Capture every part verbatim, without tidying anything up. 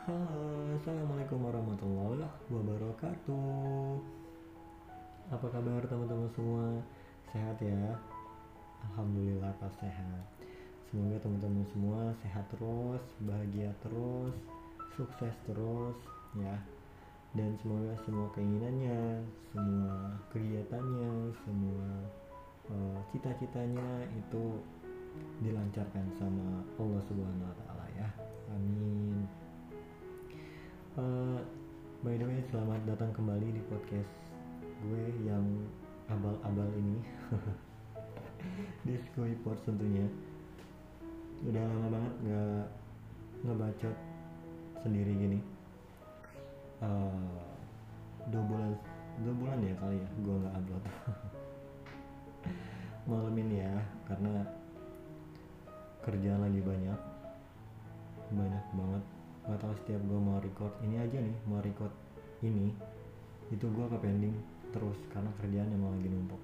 Halo, assalamualaikum warahmatullahi wabarakatuh. Apa kabar teman-teman semua? Sehat ya? Alhamdulillah pas sehat. Semoga teman-teman semua sehat terus, bahagia terus, sukses terus ya. Dan semoga semua keinginannya, semua kegiatannya, semua uh, cita-citanya itu dilancarkan sama Allah Subhanahu wa taala ya. Amin. Uh, by the way, selamat datang kembali di podcast gue yang abal-abal ini. Di Skoy Ports tentunya. Udah lama banget gak ngebacot sendiri gini. Uh, dua bulan dua bulan ya kali ya gue nggak upload. Malam ini ya, karena kerjaan lagi banyak banyak banget. Gak tau setiap gue mau record ini aja nih, mau record ini itu gue ke pending terus karena kerjaan emang lagi numpuk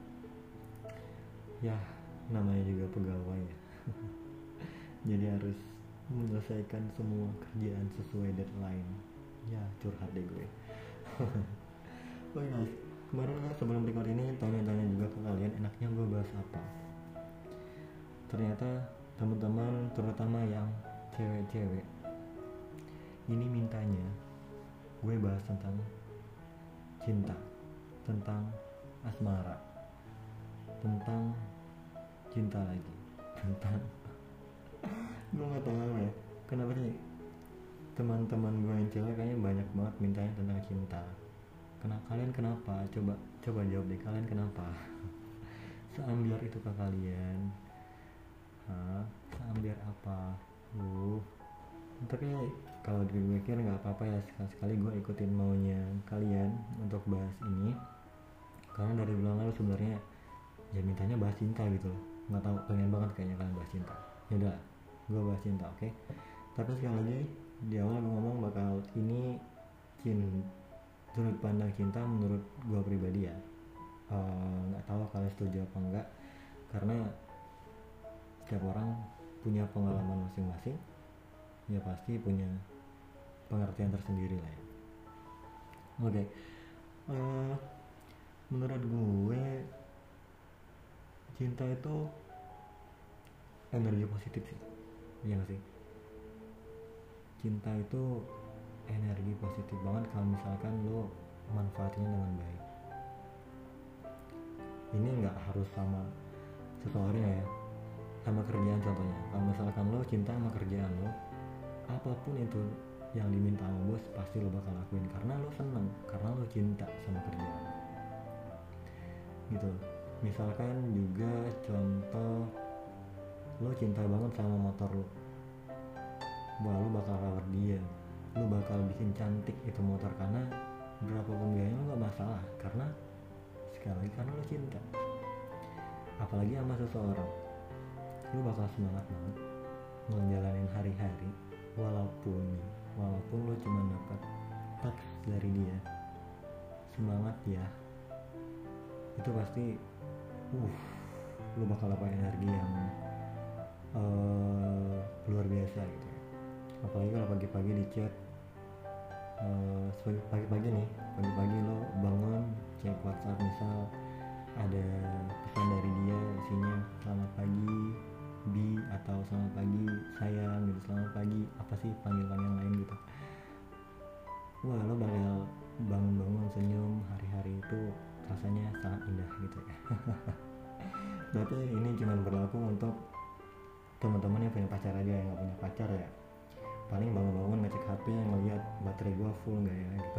ya, namanya juga pegawai ya. Jadi harus menyelesaikan semua kerjaan sesuai deadline ya, curhat deh gue. Oh guys, kemarin sebelum record ini tanya-tanya juga ke kalian enaknya gue bahas apa. Ternyata teman-teman terutama yang cewek-cewek ini mintanya gue bahas tentang cinta, tentang asmara, tentang cinta lagi, tentang gue gak tahu ya kenapa sih teman-teman gue yang cewek kayaknya banyak banget mintanya tentang cinta. Kenapa kalian, kenapa coba coba jawab deh, kalian kenapa seambiar itu ke kalian? Hah, seambiar apa? Uh tapi kalau dipikir nggak apa-apa ya, sekali-sekali gue ikutin maunya kalian untuk bahas ini, karena dari bulan lalu sebenarnya ya mintanya bahas cinta gitu loh. Nggak tahu, pengen banget kayaknya kalian bahas cinta. Ya udah, gue bahas cinta, oke okay? Tapi sekali lagi di awal gue ngomong bakal ini cinta, sudut pandang cinta menurut gue pribadi ya. Nggak uh, tahu kalian setuju apa enggak, karena setiap orang punya pengalaman masing-masing ya, pasti punya pengertian tersendiri lah ya. Oke, okay. uh, menurut gue cinta itu energi positif sih, iya gak sih? Cinta itu energi positif banget kalau misalkan lo manfaatnya dengan baik. Ini nggak harus sama seseorang ya, sama kerjaan contohnya. Kalau misalkan lo cinta sama kerjaan lo, apapun itu yang diminta sama bos pasti lo bakal lakuin karena lo seneng, karena lo cinta sama kerjaan gitu. Misalkan juga contoh lo cinta banget sama motor lo, wah lo bakal rawat dia, lo bakal bikin cantik itu motor karena berapapun biayanya lo gak masalah, karena sekali lagi karena lo cinta. Apalagi sama seseorang, lo bakal semangat banget ngejalanin hari-hari walaupun walaupun lo cuma dapat teks dari dia, semangat ya, itu pasti uh lo bakal dapat energi yang uh, luar biasa gitu ya. Apalagi kalau pagi-pagi di chat, uh, pagi-pagi nih pagi-pagi lo bangun cek WhatsApp, misal ada pesan dari dia isinya selamat pagi Bi, atau selamat pagi sayang gitu, selamat pagi apa sih panggilan yang lain gitu. Wah, lo bakal bangun-bangun senyum, hari-hari itu rasanya sangat indah gitu ya. Tapi ini cuma berlaku untuk teman-teman yang punya pacar aja, yang nggak punya pacar ya paling bangun-bangun ngecek H P, ngeliat baterai gua full nggak ya gitu.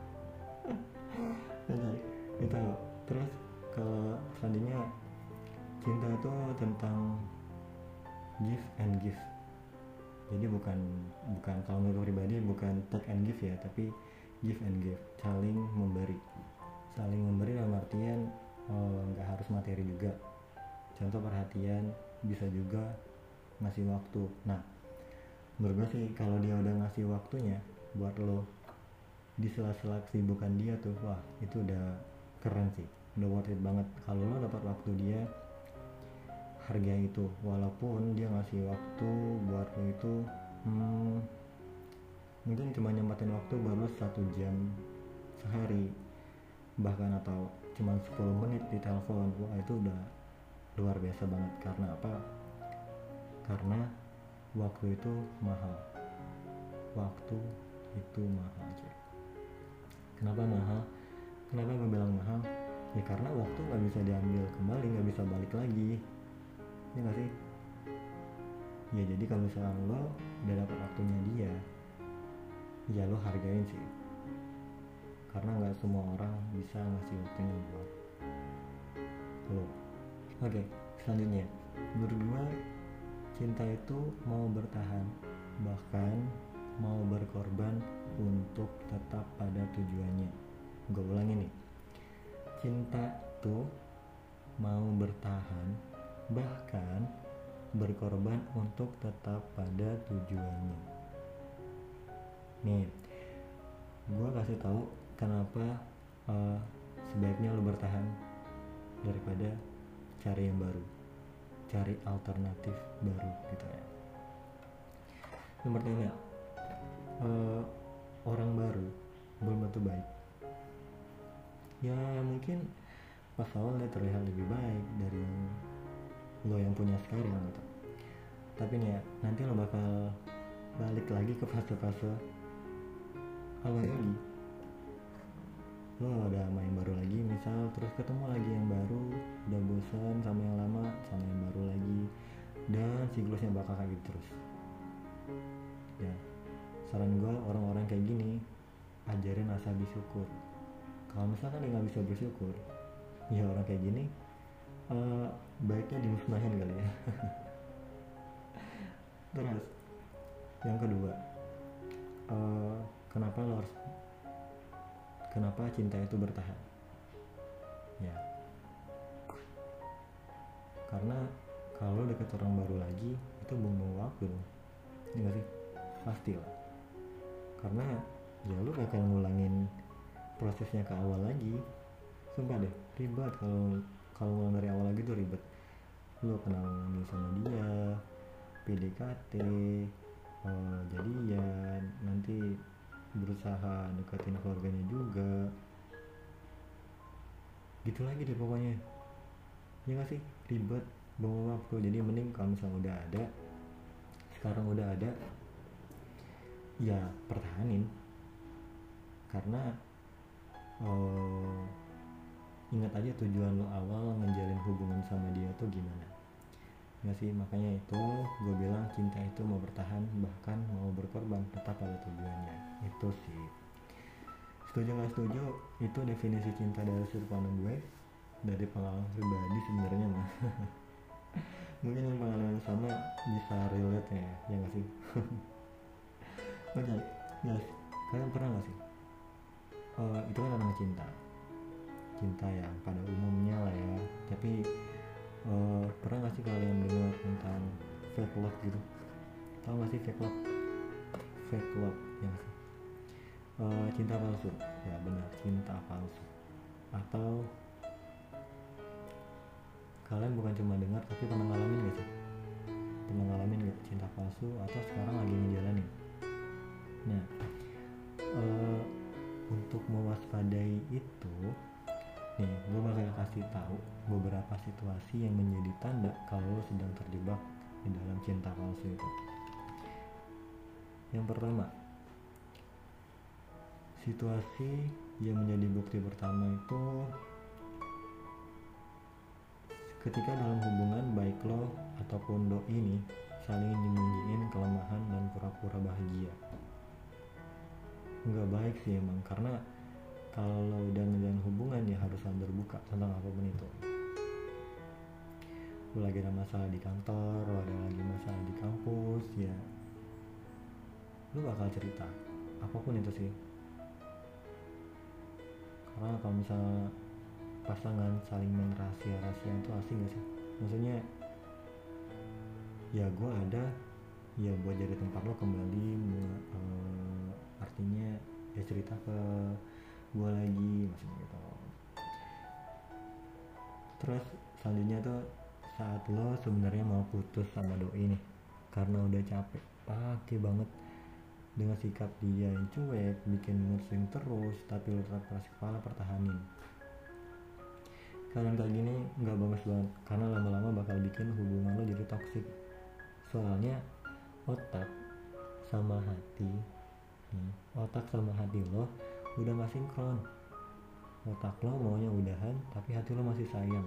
Itu terus ke selanjutnya, cinta itu tentang give and give. Jadi bukan bukan kalau menurut pribadi bukan take and give ya, tapi give and give, saling memberi. Saling memberi dalam artian nggak oh, harus materi juga. Contoh perhatian, bisa juga ngasih waktu. Nah, menurut gue sih kalau dia udah ngasih waktunya buat lo di sela-sela kesibukan dia tuh, wah itu udah keren sih, udah worth it banget. Kalau lo dapat waktu dia, harga itu, walaupun dia ngasih waktu buat lo itu hmm, mungkin cuma nyempatin waktu baru satu jam sehari bahkan, atau cuma sepuluh menit di telepon. Wah itu udah luar biasa banget. Karena apa? Karena waktu itu mahal. Waktu itu mahal cuy. Kenapa mahal? Kenapa gue bilang mahal? Ya karena waktu gak bisa diambil kembali, gak bisa balik lagi. Ya gak sih? Ya jadi kalau misalnya lo udah dapat waktunya dia, ya lo hargain sih. Karena gak semua orang bisa ngasih waktunya buat lo. Oke, selanjutnya, menurut gue cinta itu mau bertahan, bahkan mau berkorban untuk tetap pada tujuannya. Gue ulangi nih, cinta itu mau bertahan, bahkan berkorban untuk tetap pada tujuannya. Nih, gue kasih tahu kenapa uh, sebaiknya lo bertahan daripada cari yang baru, cari alternatif baru gitu ya. Yang pertama, uh, orang baru belum tentu baik. Ya mungkin pas awal dia terlihat lebih baik dari yang lo yang punya sekarang gitu. Tapi nih ya, nanti lo bakal balik lagi ke fase-fase awal lagi. Lo ada main baru lagi misal, terus ketemu lagi yang baru, udah bosan sama yang lama, sama yang baru lagi, dan siklusnya bakal kayak gitu terus. Ya, saran gue orang-orang kayak gini, ajarin rasa bersyukur. Kalau misalkan dia nggak bisa bersyukur, ya orang kayak gini uh, baiknya dimusnahin kali ya. Terus yang kedua, uh, kenapa lo harus kenapa cinta itu bertahan? Ya, karena kalau deket orang baru lagi itu buang-buang waktu dong, ya nggak sih? Pasti lah. Karena ya lu bakal ngulangin prosesnya ke awal lagi. Sumpah deh, ribet kalau kalau ngulang dari awal lagi tuh ribet. Lu kenal sama dia, P D K T, uh, jadian, nanti berusaha deketin keluarganya juga, gitu lagi deh pokoknya. Ya gak sih, ribet, bawa waktu. Jadi mending kalau misalnya udah ada, sekarang udah ada, ya pertahanin. Karena uh, ingat aja tujuan lo awal ngejalin hubungan sama dia tuh gimana. Nggak sih, makanya itu gue bilang cinta itu mau bertahan, bahkan mau berkorban tetap pada tujuannya. Itu sih, setuju nggak setuju, itu definisi cinta dari sudut pandang gue, dari pengalaman pribadi sebenarnya mah. Mungkin yang pengalaman sama bisa relate ya, ya nggak sih? Oke okay, guys, kalian pernah nggak sih uh, itu kan tentang cinta cinta yang pada umumnya lah ya, tapi Uh, pernah gak sih kalian dengar tentang fake love gitu? Tahu gak sih fake love? Fake love, ya gak sih? Uh, cinta palsu, ya benar, cinta palsu. Atau kalian bukan cuma dengar tapi pernah ngalamin gak sih? Pernah ngalamin gak cinta palsu atau sekarang lagi ngejalanin? Nah, uh, untuk mewaspadai itu, nih, gue bakal kasih tahu beberapa situasi yang menjadi tanda kalau lo sedang terjebak di dalam cinta palsu itu. Yang pertama, situasi yang menjadi bukti pertama itu ketika dalam hubungan baik lo ataupun doi ini saling nyembunyiin kelemahan dan pura-pura bahagia. Nggak baik sih emang, karena kalau udah ngejalin hubungan ya harus terbuka tentang apapun itu. Lu lagi ada masalah di kantor, lu ada lagi masalah di kampus, ya lu bakal cerita apapun itu sih. Karena kalau misalnya pasangan saling main rahasia-rahasia itu asing gak sih? Maksudnya ya gue ada, ya buat jadi tempat lo kembali, uh, artinya ya cerita ke gue lagi, maksudnya gitu. Terus selanjutnya tuh saat lo sebenarnya mau putus sama doi nih karena udah capek pakai banget dengan sikap dia yang cuek, bikin mood swing terus, tapi lu tetap keras kepala pertahanin. Kalian kayak gini nggak bagus banget, karena lama-lama bakal bikin hubungan lo jadi toksik. Soalnya otak sama hati, nih, otak sama hati lo udah gak sinkron. Otak lo maunya udahan, tapi hati lo masih sayang.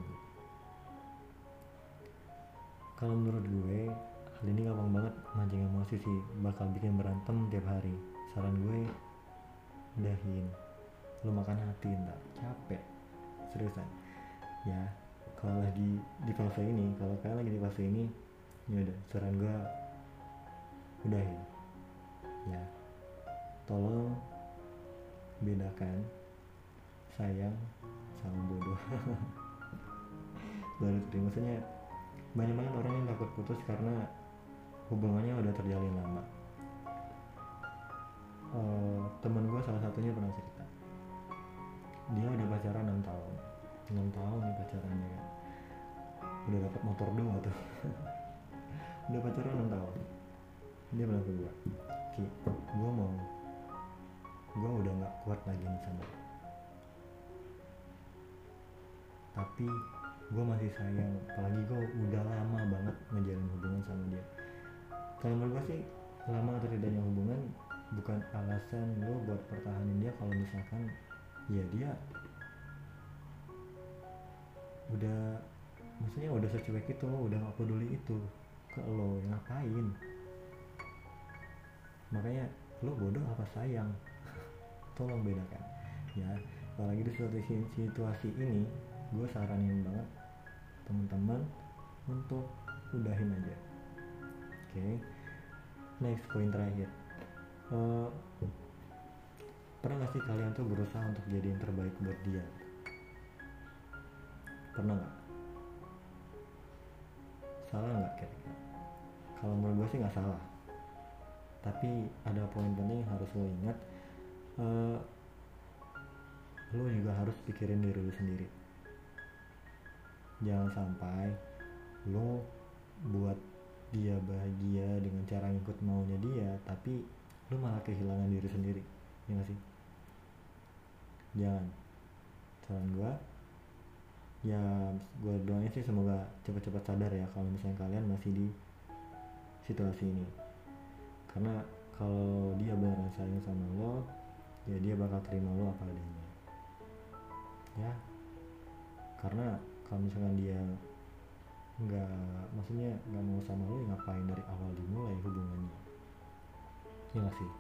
Kalau menurut gue, hal ini gampang banget mancing emosi sih, bakal bikin berantem tiap hari. Saran gue, udahin. Lo makan hati ntar, capek, seriusan. Ya, kalau lagi di fase ini, kalau kalian lagi di fase ini, ya udah, saran gue, udahin. Ya, tolong bedakan sayang sama bodoh. Baru terima, maksudnya banyak banget orang yang takut putus karena hubungannya udah terjalin lama. Uh, temen gue salah satunya pernah cerita, dia udah pacaran enam tahun enam tahun nih pacarannya kan, udah dapat motor dua tuh. Udah pacaran enam tahun, dia bilang ke gue, Ki, gue mau gue udah gak kuat lagi nih sama lo, tapi gue masih sayang, apalagi gue udah lama banget ngejalin hubungan sama dia. Kalau menurut gue sih, lama atau tidaknya hubungan bukan alasan lo buat pertahanin dia. Kalau misalkan ya dia udah, maksudnya udah secuek itu, udah gak peduli itu ke lo, ngapain? Makanya lo bodoh apa sayang? Tolong bedakan ya. Apalagi di situasi, situasi ini, gue saranin banget teman-teman untuk udahin aja. Oke, okay. Next, poin terakhir, uh, pernah gak sih kalian tuh berusaha untuk jadi yang terbaik buat dia? Pernah gak? Salah gak kira-kira? Kalau menurut gue sih gak salah, tapi ada poin penting yang harus lo ingat. uh, Lo juga harus pikirin diri lo sendiri. Jangan sampai lo buat dia bahagia dengan cara ngikut maunya dia, tapi lo malah kehilangan diri sendiri. Ya gak sih? Jangan. Saran gue, ya gue doain sih semoga cepat-cepat sadar ya kalau misalnya kalian masih di situasi ini. Karena kalau dia beneran sayang sama lo, ya dia bakal terima lo apa adanya. Ya, karena kalau misalkan dia nggak, maksudnya nggak mau sama lo, ya ngapain dari awal dimulai hubungannya? Ya nggak sih?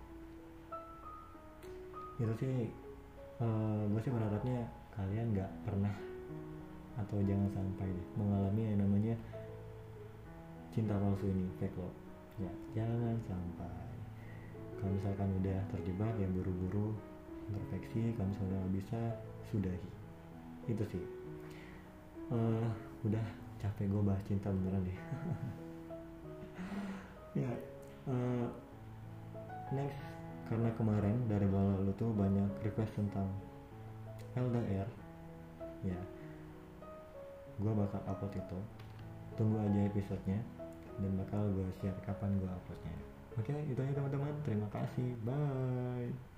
Itu sih, uh, gue sih berharapnya kalian nggak pernah atau jangan sampai deh mengalami yang namanya cinta palsu ini, fake love. Ya, jangan sampai. Kalau misalkan udah terjebak, ya buru-buru introspeksi. Kalau misalnya nggak bisa, sudahi. Itu sih. Uh, udah capek gue bahas cinta beneran deh. Ya, uh, next, karena kemarin dari bulan lalu tuh banyak request tentang L D R, ya, gue bakal upload itu. Tunggu aja episodenya dan bakal gue share kapan gue uploadnya. Oke, itu aja teman-teman. Terima kasih. Bye.